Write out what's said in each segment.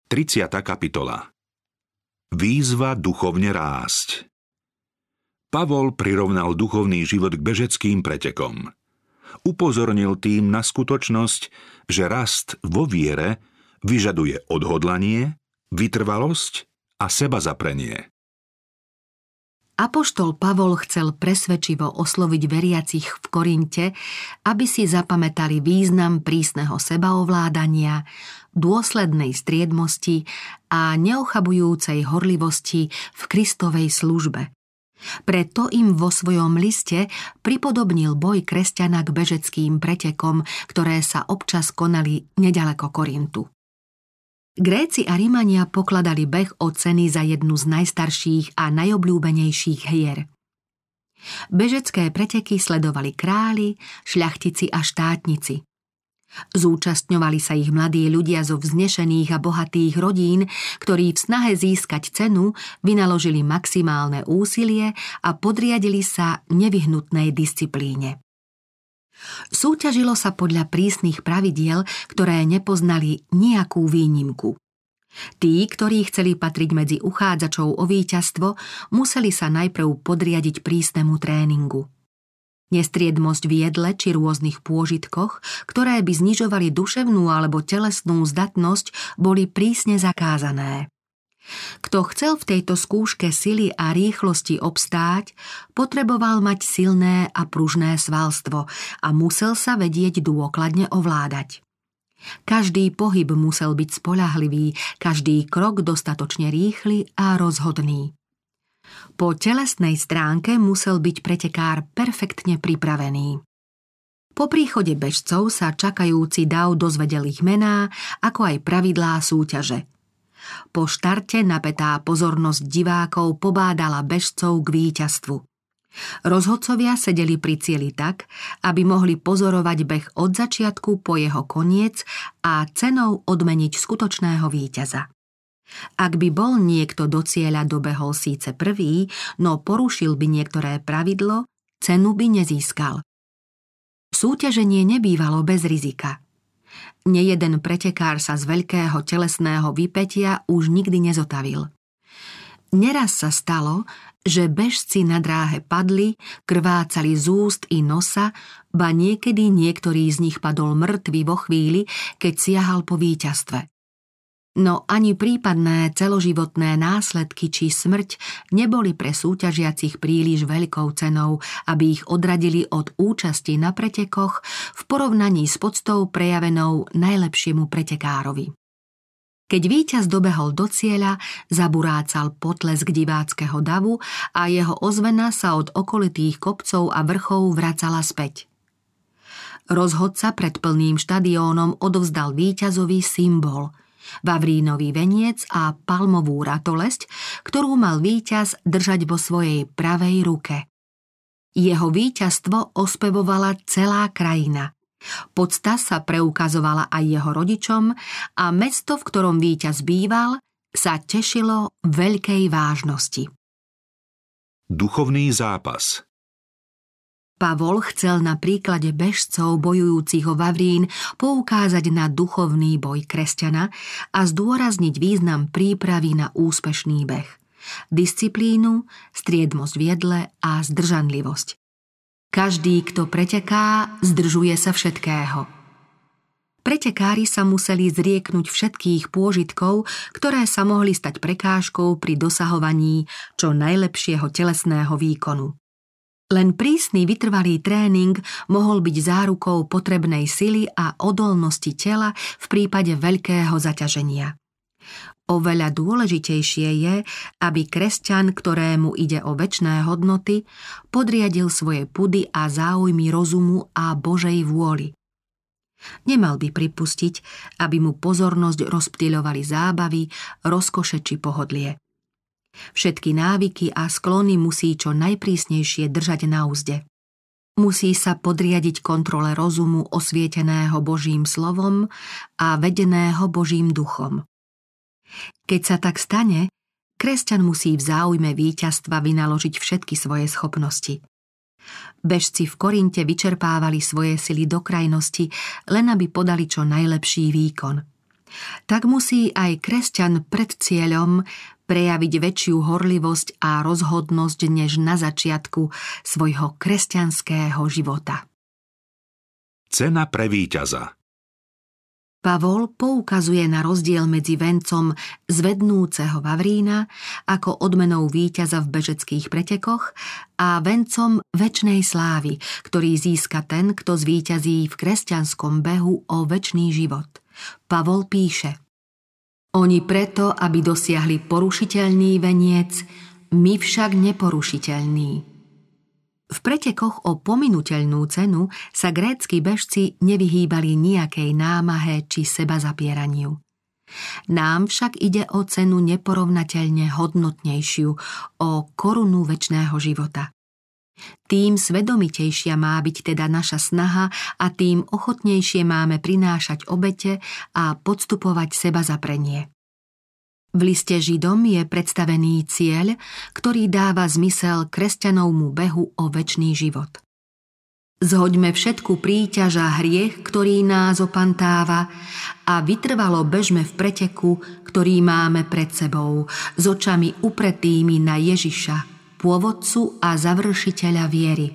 30. kapitola. Výzva duchovne rásť. Pavol prirovnal duchovný život k bežeckým pretekom. Upozornil tým na skutočnosť, že rast vo viere vyžaduje odhodlanie, vytrvalosť a sebazaprenie. Apoštol Pavol chcel presvedčivo osloviť veriacich v Korinte, aby si zapamätali význam prísneho sebaovládania, dôslednej striedmosti a neochabujúcej horlivosti v Kristovej službe. Preto im vo svojom liste pripodobnil boj kresťana k bežeckým pretekom, ktoré sa občas konali neďaleko Korintu. Gréci a Rimania pokladali beh o ceny za jednu z najstarších a najobľúbenejších hier. Bežecké preteky sledovali králi, šľachtici a štátnici. Zúčastňovali sa ich mladí ľudia zo vznešených a bohatých rodín, ktorí v snahe získať cenu vynaložili maximálne úsilie a podriadili sa nevyhnutnej disciplíne. Súťažilo sa podľa prísnych pravidiel, ktoré nepoznali nejakú výnimku. Tí, ktorí chceli patriť medzi uchádzačov o víťazstvo, museli sa najprv podriadiť prísnemu tréningu. Nestriedmosť v jedle či rôznych pôžitkoch, ktoré by znižovali duševnú alebo telesnú zdatnosť, boli prísne zakázané. Kto chcel v tejto skúške sily a rýchlosti obstáť, potreboval mať silné a pružné svalstvo a musel sa vedieť dôkladne ovládať. Každý pohyb musel byť spoľahlivý, každý krok dostatočne rýchly a rozhodný. Po telesnej stránke musel byť pretekár perfektne pripravený. Po príchode bežcov sa čakajúci dav dozvedel ich mená, ako aj pravidlá súťaže. Po štarte napätá pozornosť divákov pobádala bežcov k víťazstvu. Rozhodcovia sedeli pri cieli tak, aby mohli pozorovať beh od začiatku po jeho koniec a cenou odmeniť skutočného víťaza. Ak by bol niekto do cieľa dobehol síce prvý, no porušil by niektoré pravidlo, cenu by nezískal. Súťaženie nebývalo bez rizika. Nejeden pretekár sa z veľkého telesného vypätia už nikdy nezotavil. Neraz sa stalo, že bežci na dráhe padli, krvácali z úst i nosa, ba niekedy niektorý z nich padol mŕtvy vo chvíli, keď siahal po víťazstve. No ani prípadné celoživotné následky či smrť neboli pre súťažiacich príliš veľkou cenou, aby ich odradili od účasti na pretekoch v porovnaní s poctou prejavenou najlepšiemu pretekárovi. Keď víťaz dobehol do cieľa, zaburácal potlesk diváckeho davu a jeho ozvena sa od okolitých kopcov a vrchov vracala späť. Rozhodca pred plným štadiónom odovzdal víťazovi symbol – Vavrínový veniec a palmovú ratolesť, ktorú mal víťaz držať vo svojej pravej ruke. Jeho víťazstvo ospevovala celá krajina. Pocta sa preukazovala aj jeho rodičom a mesto, v ktorom víťaz býval, sa tešilo veľkej vážnosti. Duchovný zápas. Pavol chcel na príklade bežcov bojujúcich o Vavrín poukázať na duchovný boj kresťana a zdôrazniť význam prípravy na úspešný beh, disciplínu, striedmosť v jedle a zdržanlivosť. Každý, kto preteká, zdržuje sa všetkého. Pretekári sa museli zrieknuť všetkých pôžitkov, ktoré sa mohli stať prekážkou pri dosahovaní čo najlepšieho telesného výkonu. Len prísny vytrvalý tréning mohol byť zárukou potrebnej sily a odolnosti tela v prípade veľkého zaťaženia. Oveľa dôležitejšie je, aby kresťan, ktorému ide o večné hodnoty, podriadil svoje pudy a záujmy rozumu a Božej vôli. Nemal by pripustiť, aby mu pozornosť rozptýľovali zábavy, rozkoše či pohodlie. Všetky návyky a sklony musí čo najprísnejšie držať na uzde. Musí sa podriadiť kontrole rozumu osvieteného Božím slovom a vedeného Božím duchom. Keď sa tak stane, kresťan musí v záujme víťazstva vynaložiť všetky svoje schopnosti. Bežci v Korinte vyčerpávali svoje sily do krajnosti, len aby podali čo najlepší výkon. Tak musí aj kresťan pred cieľom prejaviť väčšiu horlivosť a rozhodnosť než na začiatku svojho kresťanského života. Cena pre víťaza. Pavol poukazuje na rozdiel medzi vencom zvednúceho vavrína ako odmenou víťaza v bežeckých pretekoch a vencom večnej slávy, ktorý získa ten, kto zvíťazí v kresťanskom behu o večný život. Pavol píše: Oni preto, aby dosiahli porušiteľný veniec, my však neporušiteľný. V pretekoch o pominuteľnú cenu sa grécki bežci nevyhýbali nejakej námahe či sebazapieraniu. Nám však ide o cenu neporovnateľne hodnotnejšiu, o korunu večného života. Tým svedomitejšia má byť teda naša snaha a tým ochotnejšie máme prinášať obete a podstupovať sebazaprenie. V liste Židom je predstavený cieľ, ktorý dáva zmysel kresťanovmu behu o večný život. Zhoďme všetku príťaž a hriech, ktorý nás opantáva, a vytrvalo bežme v preteku, ktorý máme pred sebou, s očami upretými na Ježiša, pôvodcu a završiteľa viery.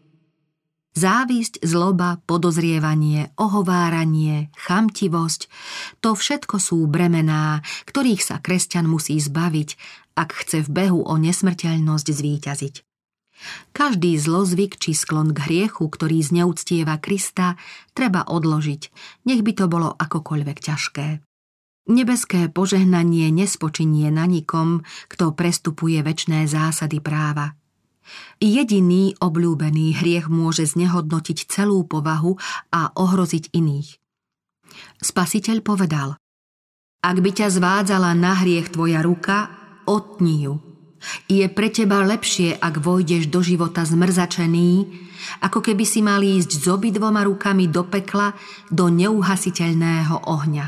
Závisť, zloba, podozrievanie, ohováranie, chamtivosť, to všetko sú bremená, ktorých sa kresťan musí zbaviť, ak chce v behu o nesmrteľnosť zvíťaziť. Každý zlozvyk či sklon k hriechu, ktorý zneúctieva Krista, treba odložiť, nech by to bolo akokoľvek ťažké. Nebeské požehnanie nespočinie na nikom, kto prestupuje večné zásady práva. Jediný obľúbený hriech môže znehodnotiť celú povahu a ohroziť iných. Spasiteľ povedal: Ak by ťa zvádzala na hriech tvoja ruka, otni ju. Je pre teba lepšie, ak vojdeš do života zmrzačený, ako keby si mal ísť s obidvoma rukami do pekla, do neuhasiteľného ohňa.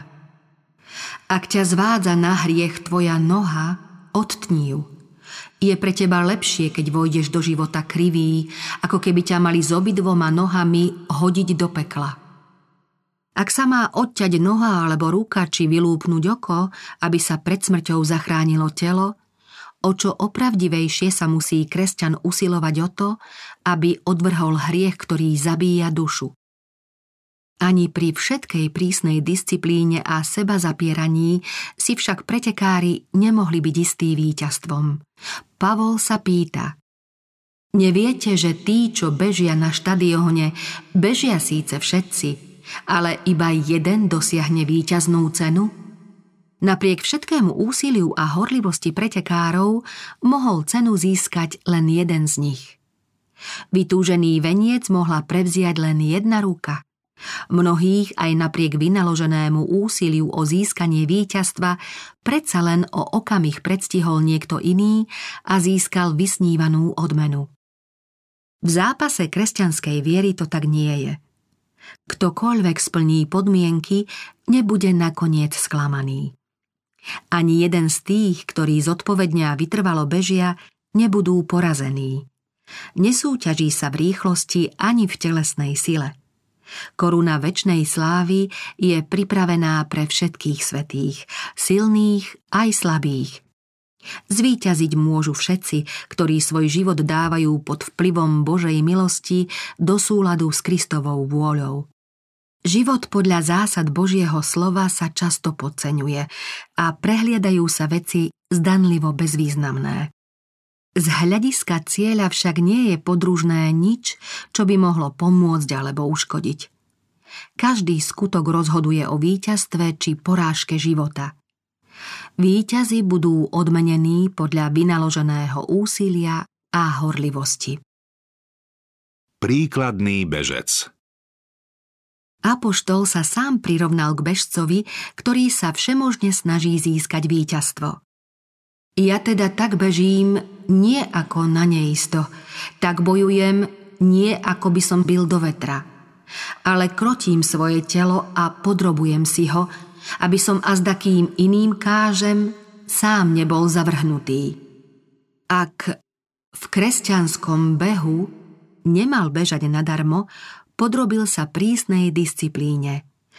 Ak ťa zvádza na hriech tvoja noha, odtni ju. Je pre teba lepšie, keď vojdeš do života krivý, ako keby ťa mali s obidvoma nohami hodiť do pekla. Ak sa má odťať noha alebo ruka či vylúpnuť oko, aby sa pred smrťou zachránilo telo, o čo opravdivejšie sa musí kresťan usilovať o to, aby odvrhol hriech, ktorý zabíja dušu. Ani pri všetkej prísnej disciplíne a sebazapieraní si však pretekári nemohli byť istí víťazstvom. Pavol sa pýta: Neviete, že tí, čo bežia na štadióne, bežia síce všetci, ale iba jeden dosiahne víťaznú cenu? Napriek všetkému úsiliu a horlivosti pretekárov mohol cenu získať len jeden z nich. Vytúžený veniec mohla prevziať len jedna ruka. Mnohých aj napriek vynaloženému úsiliu o získanie víťazstva predsa len o okamih predstihol niekto iný a získal vysnívanú odmenu. V zápase kresťanskej viery to tak nie je. Ktokoľvek splní podmienky, nebude nakoniec sklamaný. Ani jeden z tých, ktorí zodpovedne a vytrvalo bežia, nebudú porazení. Nesúťaží sa v rýchlosti ani v telesnej sile. Koruna večnej slávy je pripravená pre všetkých svätých, silných aj slabých. Zvíťaziť môžu všetci, ktorí svoj život dávajú pod vplyvom Božej milosti do súladu s Kristovou vôľou. Život podľa zásad Božieho slova sa často podceňuje a prehliadajú sa veci zdanlivo bezvýznamné. Z hľadiska cieľa však nie je podružné nič, čo by mohlo pomôcť alebo uškodiť. Každý skutok rozhoduje o víťazstve či porážke života. Víťazi budú odmenení podľa vynaloženého úsilia a horlivosti. Príkladný bežec. Apoštol sa sám prirovnal k bežcovi, ktorý sa všemožne snaží získať víťazstvo. Ja teda tak bežím, nie ako na neisto, tak bojujem, nie ako by som bil do vetra, ale krotím svoje telo a podrobujem si ho, aby som azda kým iným kážem, sám nebol zavrhnutý. Ak v kresťanskom behu nemal bežať nadarmo, podrobil sa prísnej disciplíne.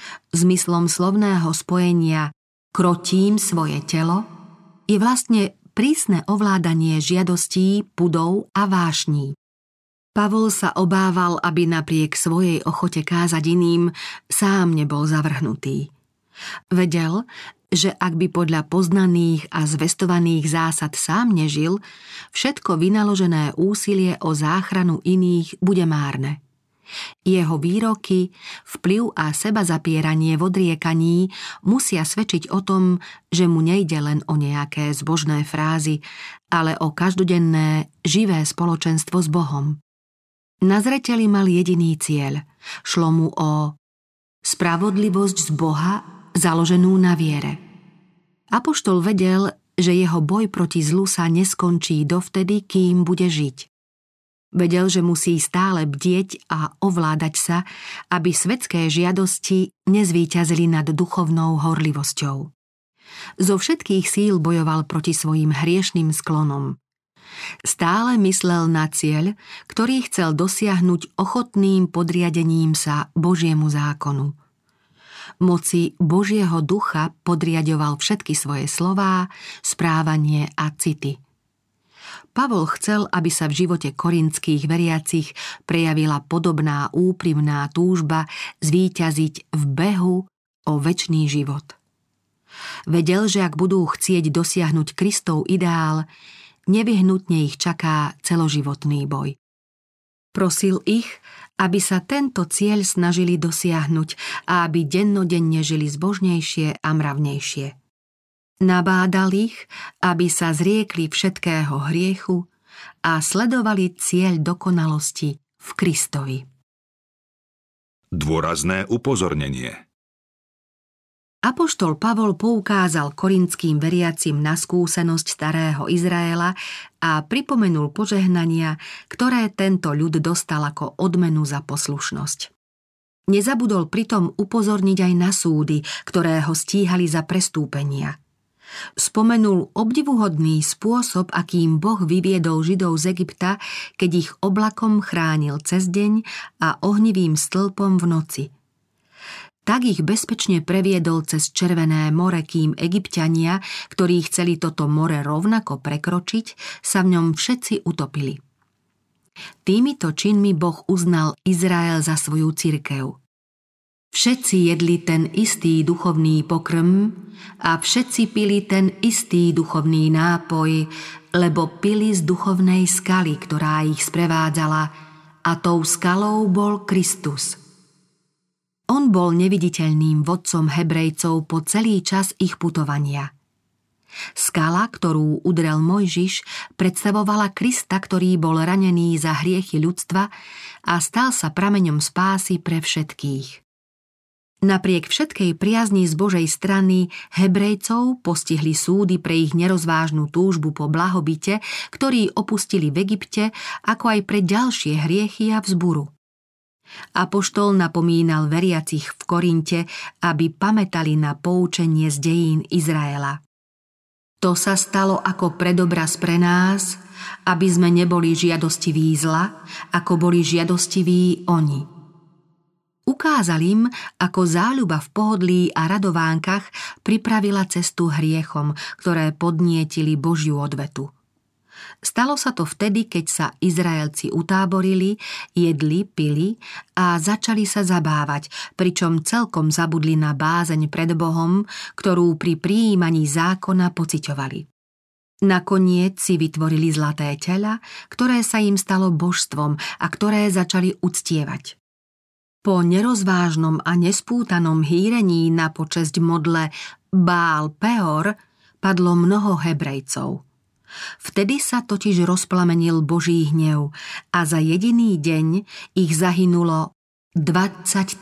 zmyslom slovného spojenia krotím svoje telo, je vlastne prísne ovládanie žiadostí, pudov a vášní. Pavol sa obával, aby napriek svojej ochote kázať iným sám nebol zavrhnutý. Vedel, že ak by podľa poznaných a zvestovaných zásad sám nežil, všetko vynaložené úsilie o záchranu iných bude márne. Jeho výroky, vplyv a sebazapieranie v odriekaní musia svedčiť o tom, že mu nejde len o nejaké zbožné frázy, ale o každodenné, živé spoločenstvo s Bohom. Na zreteli mal jediný cieľ. Šlo mu o spravodlivosť z Boha, založenú na viere. Apoštol vedel, že jeho boj proti zlu sa neskončí dovtedy, kým bude žiť. Vedel, že musí stále bdieť a ovládať sa, aby svetské žiadosti nezvíťazili nad duchovnou horlivosťou. Zo všetkých síl bojoval proti svojim hriešným sklonom. Stále myslel na cieľ, ktorý chcel dosiahnuť ochotným podriadením sa Božiemu zákonu. Moci Božieho ducha podriaďoval všetky svoje slová, správanie a city. Pavol chcel, aby sa v živote korintských veriacich prejavila podobná úprimná túžba zvíťaziť v behu o večný život. Vedel, že ak budú chcieť dosiahnuť Kristov ideál, nevyhnutne ich čaká celoživotný boj. Prosil ich, aby sa tento cieľ snažili dosiahnuť a aby dennodenne žili zbožnejšie a mravnejšie. Nabádal ich, aby sa zriekli všetkého hriechu a sledovali cieľ dokonalosti v Kristovi. Dôrazné upozornenie. Apoštol Pavol poukázal korintským veriacim na skúsenosť starého Izraela a pripomenul požehnania, ktoré tento ľud dostal ako odmenu za poslušnosť. Nezabudol pritom upozorniť aj na súdy, ktoré ho stíhali za prestúpenia. Spomenul obdivuhodný spôsob, akým Boh vyviedol Židov z Egypta, keď ich oblakom chránil cez deň a ohnivým stĺpom v noci. Tak ich bezpečne previedol cez Červené more, kým Egypťania, ktorí chceli toto more rovnako prekročiť, sa v ňom všetci utopili. Týmito činmi Boh uznal Izrael za svoju cirkev. Všetci jedli ten istý duchovný pokrm a všetci pili ten istý duchovný nápoj, lebo pili z duchovnej skaly, ktorá ich sprevádzala, a tou skalou bol Kristus. On bol neviditeľným vodcom Hebrejcov po celý čas ich putovania. Skala, ktorú udrel Mojžiš, predstavovala Krista, ktorý bol ranený za hriechy ľudstva a stal sa prameňom spásy pre všetkých. Napriek všetkej priazni z Božej strany Hebrejcov postihli súdy pre ich nerozvážnu túžbu po blahobite, ktorí opustili v Egypte, ako aj pre ďalšie hriechy a vzburu. Apoštol napomínal veriacich v Korinte, aby pamätali na poučenie z dejín Izraela. To sa stalo ako predobraz pre nás, aby sme neboli žiadostiví zla, ako boli žiadostiví oni. Ukázal im, ako záľuba v pohodlí a radovánkach pripravila cestu hriechom, ktoré podnietili Božiu odvetu. Stalo sa to vtedy, keď sa Izraelci utáborili, jedli, pili a začali sa zabávať, pričom celkom zabudli na bázeň pred Bohom, ktorú pri prijímaní zákona pociťovali. Nakoniec si vytvorili zlaté teľa, ktoré sa im stalo božstvom a ktoré začali uctievať. Po nerozvážnom a nespútanom hýrení na počesť modle Bál Peor padlo mnoho Hebrejcov. Vtedy sa totiž rozplamenil Boží hnev a za jediný deň ich zahynulo 23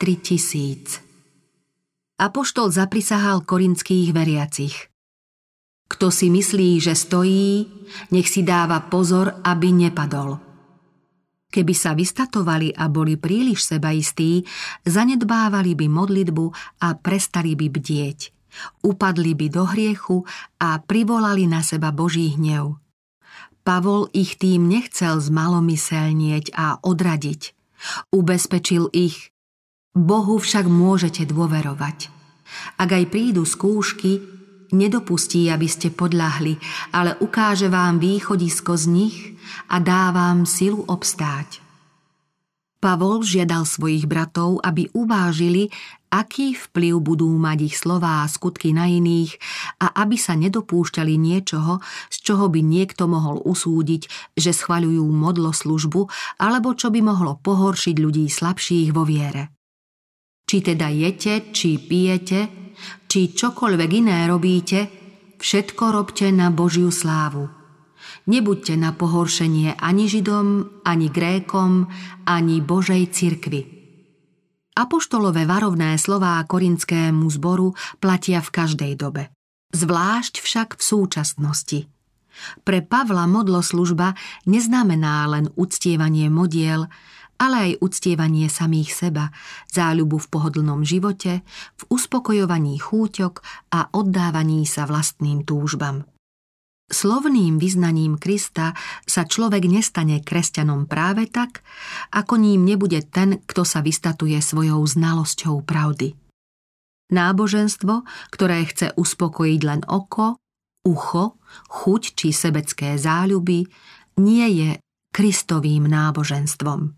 000. Apoštol zaprisahal korintských veriacich. Kto si myslí, že stojí, nech si dáva pozor, aby nepadol. Keby sa vystatovali a boli príliš sebaistí, zanedbávali by modlitbu a prestali by bdieť. Upadli by do hriechu a privolali na seba Boží hnev. Pavol ich tým nechcel zmalomyselnieť a odradiť. Ubezpečil ich: Bohu však môžete dôverovať. Ak aj prídu skúšky, nedopustí, aby ste podľahli, ale ukáže vám východisko z nich a dá vám silu obstáť. Pavol žiadal svojich bratov, aby uvážili, aký vplyv budú mať ich slová a skutky na iných a aby sa nedopúšťali niečoho, z čoho by niekto mohol usúdiť, že schvaľujú modloslužbu alebo čo by mohlo pohoršiť ľudí slabších vo viere. Či teda jete, či pijete, či čokoľvek iné robíte, všetko robte na Božiu slávu. Nebuďte na pohoršenie ani Židom, ani Grékom, ani Božej cirkvi. Apoštolové varovné slová korintskému zboru platia v každej dobe, zvlášť však v súčasnosti. Pre Pavla modloslužba neznamená len uctievanie modiel, ale aj uctievanie samých seba, záľubu v pohodlnom živote, v uspokojovaní chúťok a oddávaní sa vlastným túžbam. Slovným vyznaním Krista sa človek nestane kresťanom práve tak, ako ním nebude ten, kto sa vystatuje svojou znalosťou pravdy. Náboženstvo, ktoré chce uspokojiť len oko, ucho, chuť či sebecké záľuby, nie je Kristovým náboženstvom.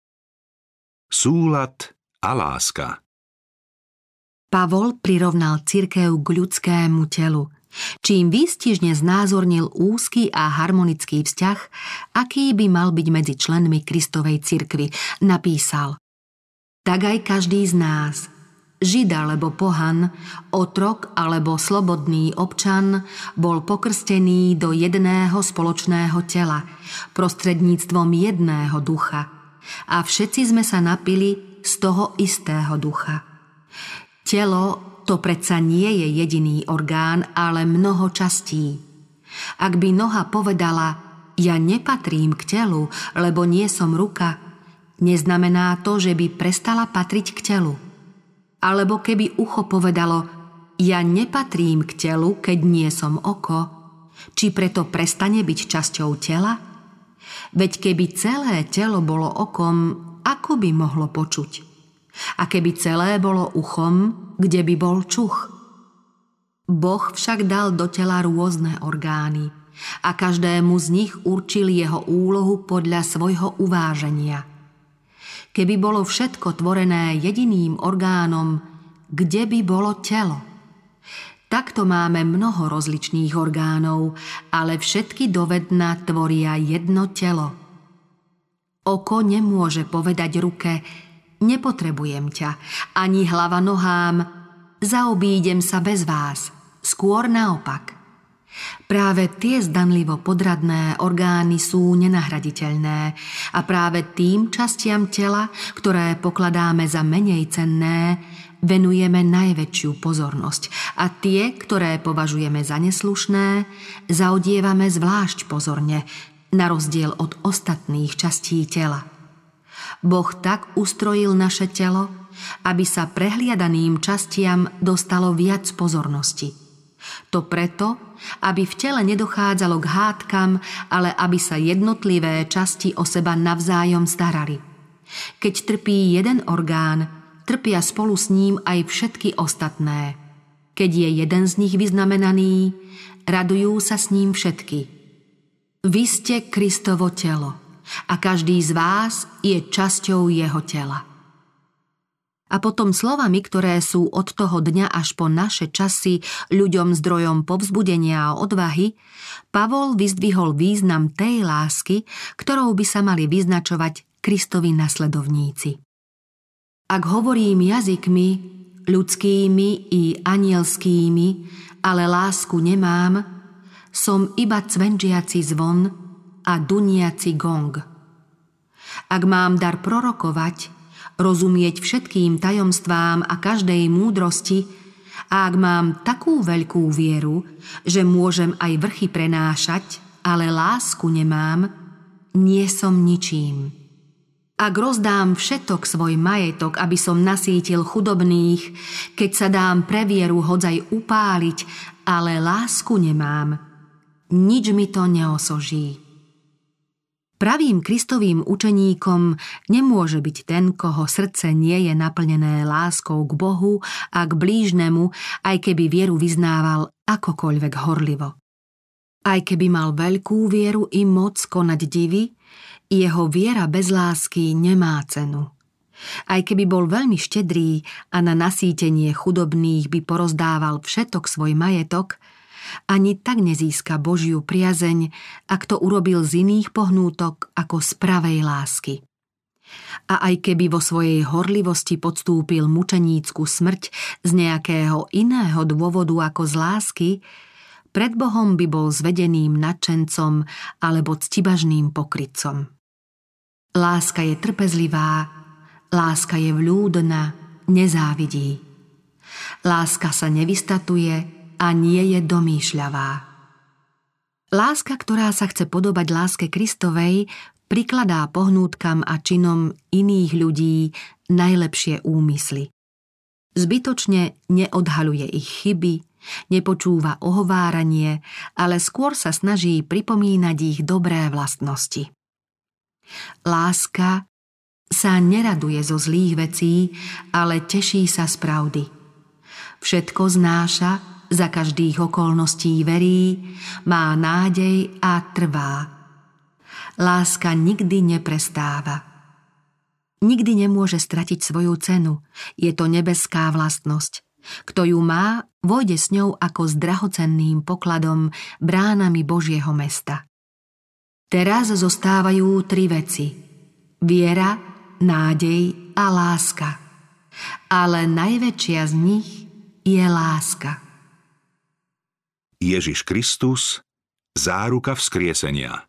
Súlad a láska. Pavol prirovnal cirkev k ľudskému telu, čím výstižne znázornil úzky a harmonický vzťah, aký by mal byť medzi členmi Kristovej cirkvi. Napísal: Tak aj každý z nás, Žid alebo pohan, otrok alebo slobodný občan, bol pokrstený do jedného spoločného tela, prostredníctvom jedného ducha. A všetci sme sa napili z toho istého ducha. Telo to predsa nie je jediný orgán, ale mnoho častí. Ak by noha povedala: ja nepatrím k telu, lebo nie som ruka, neznamená to, že by prestala patriť k telu. Alebo keby ucho povedalo: ja nepatrím k telu, keď nie som oko, či preto prestane byť časťou tela? Veď keby celé telo bolo okom, ako by mohlo počuť? A keby celé bolo uchom, kde by bol čuch? Boh však dal do tela rôzne orgány a každému z nich určil jeho úlohu podľa svojho uváženia. Keby bolo všetko tvorené jediným orgánom, kde by bolo telo? Takto máme mnoho rozličných orgánov, ale všetky dovedna tvoria jedno telo. Oko nemôže povedať ruke: nepotrebujem ťa, ani hlava nohám: zaobídem sa bez vás. Skôr naopak. Práve tie zdanlivo podradné orgány sú nenahraditeľné a práve tým častiam tela, ktoré pokladáme za menej cenné, venujeme najväčšiu pozornosť a tie, ktoré považujeme za neslušné, zaodievame zvlášť pozorne, na rozdiel od ostatných častí tela. Boh tak ustrojil naše telo, aby sa prehliadaným častiam dostalo viac pozornosti. To preto, aby v tele nedochádzalo k hádkam, ale aby sa jednotlivé časti o seba navzájom starali. Keď trpí jeden orgán, trpia spolu s ním aj všetky ostatné. Keď je jeden z nich vyznamenaný, radujú sa s ním všetky. Vy ste Kristovo telo a každý z vás je časťou jeho tela. A potom slovami, ktoré sú od toho dňa až po naše časy ľuďom zdrojom povzbudenia a odvahy, Pavol vyzdvihol význam tej lásky, ktorou by sa mali vyznačovať Kristovi nasledovníci. Ak hovorím jazykmi, ľudskými i anielskými, ale lásku nemám, som iba cvenžiaci zvon a duniaci gong. Ak mám dar prorokovať, rozumieť všetkým tajomstvám a každej múdrosti, a ak mám takú veľkú vieru, že môžem aj vrchy prenášať, ale lásku nemám, nie som ničím. Ak rozdám všetok svoj majetok, aby som nasýtil chudobných, keď sa dám pre vieru hodzaj upáliť, ale lásku nemám, nič mi to neosoží. Pravým Kristovým učeníkom nemôže byť ten, koho srdce nie je naplnené láskou k Bohu a k blížnemu, aj keby vieru vyznával akokoľvek horlivo. Aj keby mal veľkú vieru i moc konať divy, jeho viera bez lásky nemá cenu. Aj keby bol veľmi štedrý a na nasýtenie chudobných by porozdával všetok svoj majetok, ani tak nezíska Božiu priazeň, ak to urobil z iných pohnútok ako z pravej lásky. A aj keby vo svojej horlivosti podstúpil mučenícku smrť z nejakého iného dôvodu ako z lásky, pred Bohom by bol zvedeným nadšencom alebo ctibažným pokrytcom. Láska je trpezlivá, láska je vľúdna, nezávidí. Láska sa nevystatuje a nie je domýšľavá. Láska, ktorá sa chce podobať láske Kristovej, prikladá pohnútkam a činom iných ľudí najlepšie úmysly. Zbytočne neodhaľuje ich chyby, nepočúva ohováranie, ale skôr sa snaží pripomínať ich dobré vlastnosti. Láska sa neraduje zo zlých vecí, ale teší sa z pravdy. Všetko znáša, za každých okolností verí, má nádej a trvá. Láska nikdy neprestáva. Nikdy nemôže stratiť svoju cenu. Je to nebeská vlastnosť. Kto ju má, vojde s ňou ako s drahocenným pokladom bránami Božieho mesta. Teraz zostávajú 3 veci. Viera, nádej a láska. Ale najväčšia z nich je láska. Ježiš Kristus, záruka vzkriesenia.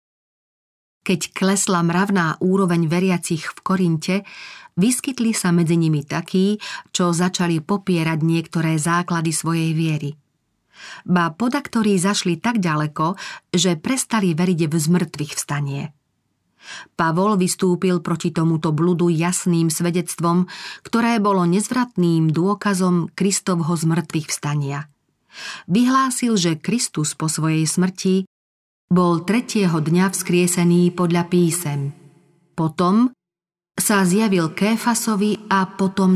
Keď klesla mravná úroveň veriacich v Korinte, vyskytli sa medzi nimi takí, čo začali popierať niektoré základy svojej viery. Ba podaktorí zašli tak ďaleko, že prestali veriť v zmrtvých vstanie. Pavol vystúpil proti tomuto bludu jasným svedectvom, ktoré bolo nezvratným dôkazom Kristovho zmrtvých vstania. Vyhlásil, že Kristus po svojej smrti bol 3. dňa vzkriesený podľa písem. Potom sa zjavil Kéfasovi a potom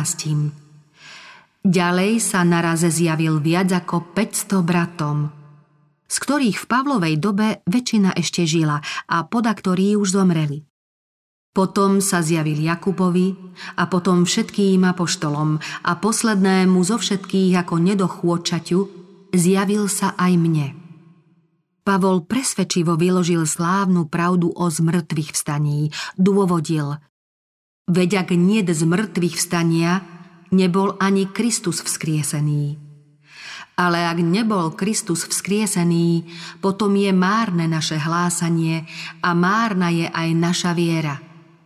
12. Ďalej sa naraze zjavil viac ako 500 bratom, z ktorých v Pavlovej dobe väčšina ešte žila a podaktorí už zomreli. Potom sa zjavil Jakubovi a potom všetkým apoštolom a poslednému zo všetkých ako nedochôdčaťu zjavil sa aj mne. Pavol presvedčivo vyložil slávnu pravdu o zmrtvých vstaní. Dôvodil: veď ak niet zmrtvých vstania, nebol ani Kristus vzkriesený. Ale ak nebol Kristus vzkriesený, potom je márne naše hlásanie a márna je aj naša viera.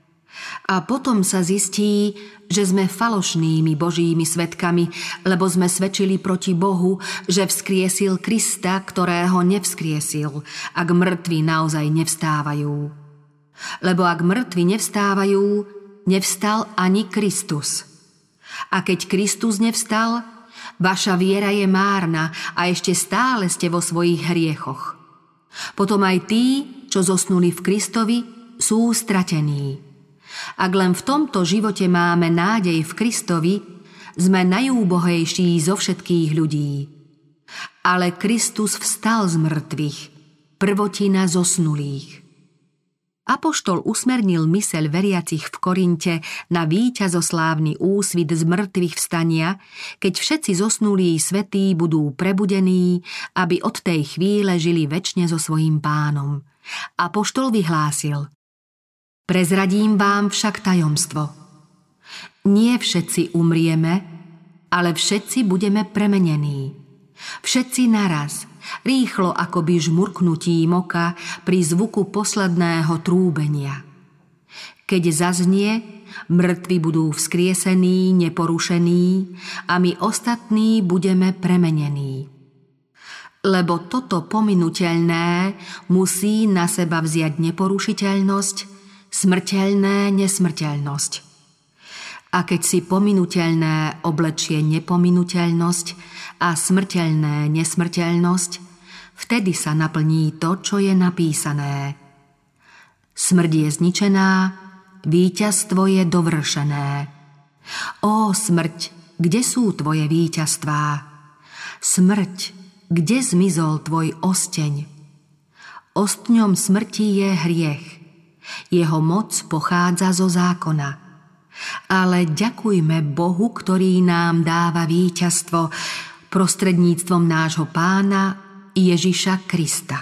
A potom sa zistí, že sme falošnými Božími svedkami, lebo sme svedčili proti Bohu, že vzkriesil Krista, ktorého nevzkriesil, ak mŕtvi naozaj nevstávajú. Lebo ak mŕtvi nevstávajú, nevstal ani Kristus. A keď Kristus nevstal, vaša viera je márna a ešte stále ste vo svojich hriechoch. Potom aj tí, čo zosnuli v Kristovi, sú stratení. Ak len v tomto živote máme nádej v Kristovi, sme najúbohejší zo všetkých ľudí. Ale Kristus vstal z mŕtvych, prvotina zosnulých. Apoštol usmernil myseľ veriacich v Korinte na víťazoslávny úsvit z mŕtvych vstania, keď všetci zosnulí svätí budú prebudení, aby od tej chvíle žili večne so svojím Pánom. Apoštol vyhlásil: prezradím vám však tajomstvo. Nie všetci umrieme, ale všetci budeme premenení. Všetci naraz, rýchlo akoby žmurknutím oka pri zvuku posledného trúbenia. Keď zaznie, mŕtvi budú vzkriesení, neporušení a my ostatní budeme premenení. Lebo toto pominuteľné musí na seba vziať neporušiteľnosť, smrteľné nesmrteľnosť. A keď si pominuteľné oblečie nepominuteľnosť a smrteľné nesmrteľnosť, vtedy sa naplní to, čo je napísané. Smrť je zničená, víťazstvo je dovršené. Ó smrť, kde sú tvoje víťazstvá? Smrť, kde zmizol tvoj osteň? Ostňom smrti je hriech. Jeho moc pochádza zo zákona. Ale ďakujme Bohu, ktorý nám dáva víťazstvo prostredníctvom nášho Pána Ježiša Krista.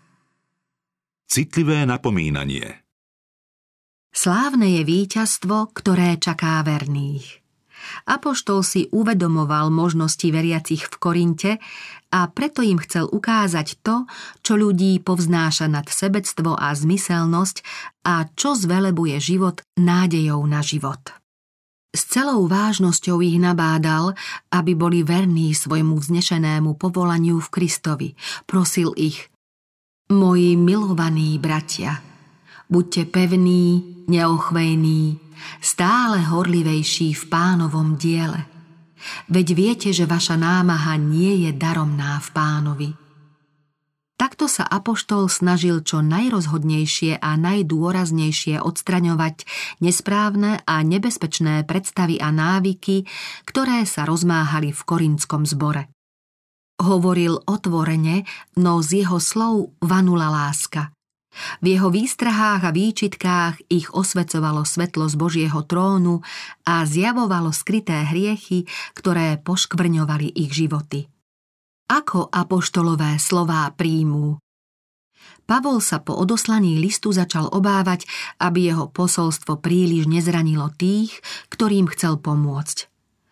Citlivé napomínanie. Slávne je víťazstvo, ktoré čaká verných. Apoštol si uvedomoval možnosti veriacich v Korinte a preto im chcel ukázať to, čo ľudí povznáša nad sebectvo a zmyselnosť a čo zvelebuje život nádejou na život. S celou vážnosťou ich nabádal, aby boli verní svojmu vznešenému povolaniu v Kristovi. Prosil ich: Moji milovaní bratia, buďte pevní, neochvejní, stále horlivejší v Pánovom diele. Veď viete, že vaša námaha nie je daromná v Pánovi. Takto sa apoštol snažil čo najrozhodnejšie a najdôraznejšie odstraňovať nesprávne a nebezpečné predstavy a návyky, ktoré sa rozmáhali v korintskom zbore. Hovoril otvorene, no z jeho slov vanula láska. V jeho výstrahách a výčitkách ich osvecovalo svetlo z Božieho trónu a zjavovalo skryté hriechy, ktoré poškvrňovali ich životy. Ako apoštolové slová príjmú? Pavol sa po odoslaní listu začal obávať, aby jeho posolstvo príliš nezranilo tých, ktorým chcel pomôcť.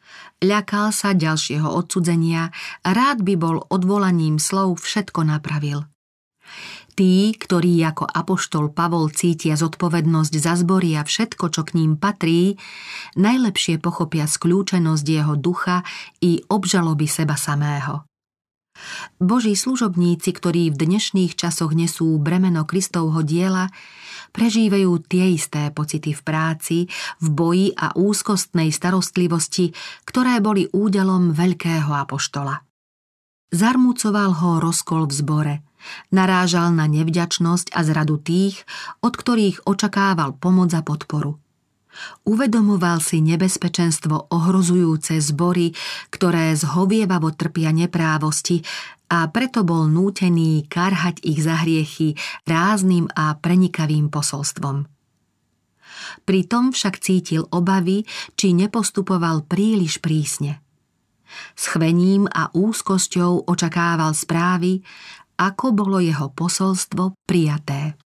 Ľakal sa ďalšieho odcudzenia a rád by bol odvolaním slov všetko napravil. Tí, ktorí ako apoštol Pavol cítia zodpovednosť za zbory a všetko, čo k ním patrí, najlepšie pochopia skľúčenosť jeho ducha i obžaloby seba samého. Boží služobníci, ktorí v dnešných časoch nesú bremeno Kristovho diela, prežívajú tie isté pocity v práci, v boji a úzkostnej starostlivosti, ktoré boli údelom veľkého apoštola. Zarmúcoval ho rozkol v zbore, narážal na nevďačnosť a zradu tých, od ktorých očakával pomoc a podporu. Uvedomoval si nebezpečenstvo ohrozujúce zbory, ktoré zhovievavo trpia neprávosti, a preto bol nútený karhať ich za hriechy rázným a prenikavým posolstvom. Pritom však cítil obavy, či nepostupoval príliš prísne. S chvením a úzkosťou očakával správy, ako bolo jeho posolstvo prijaté.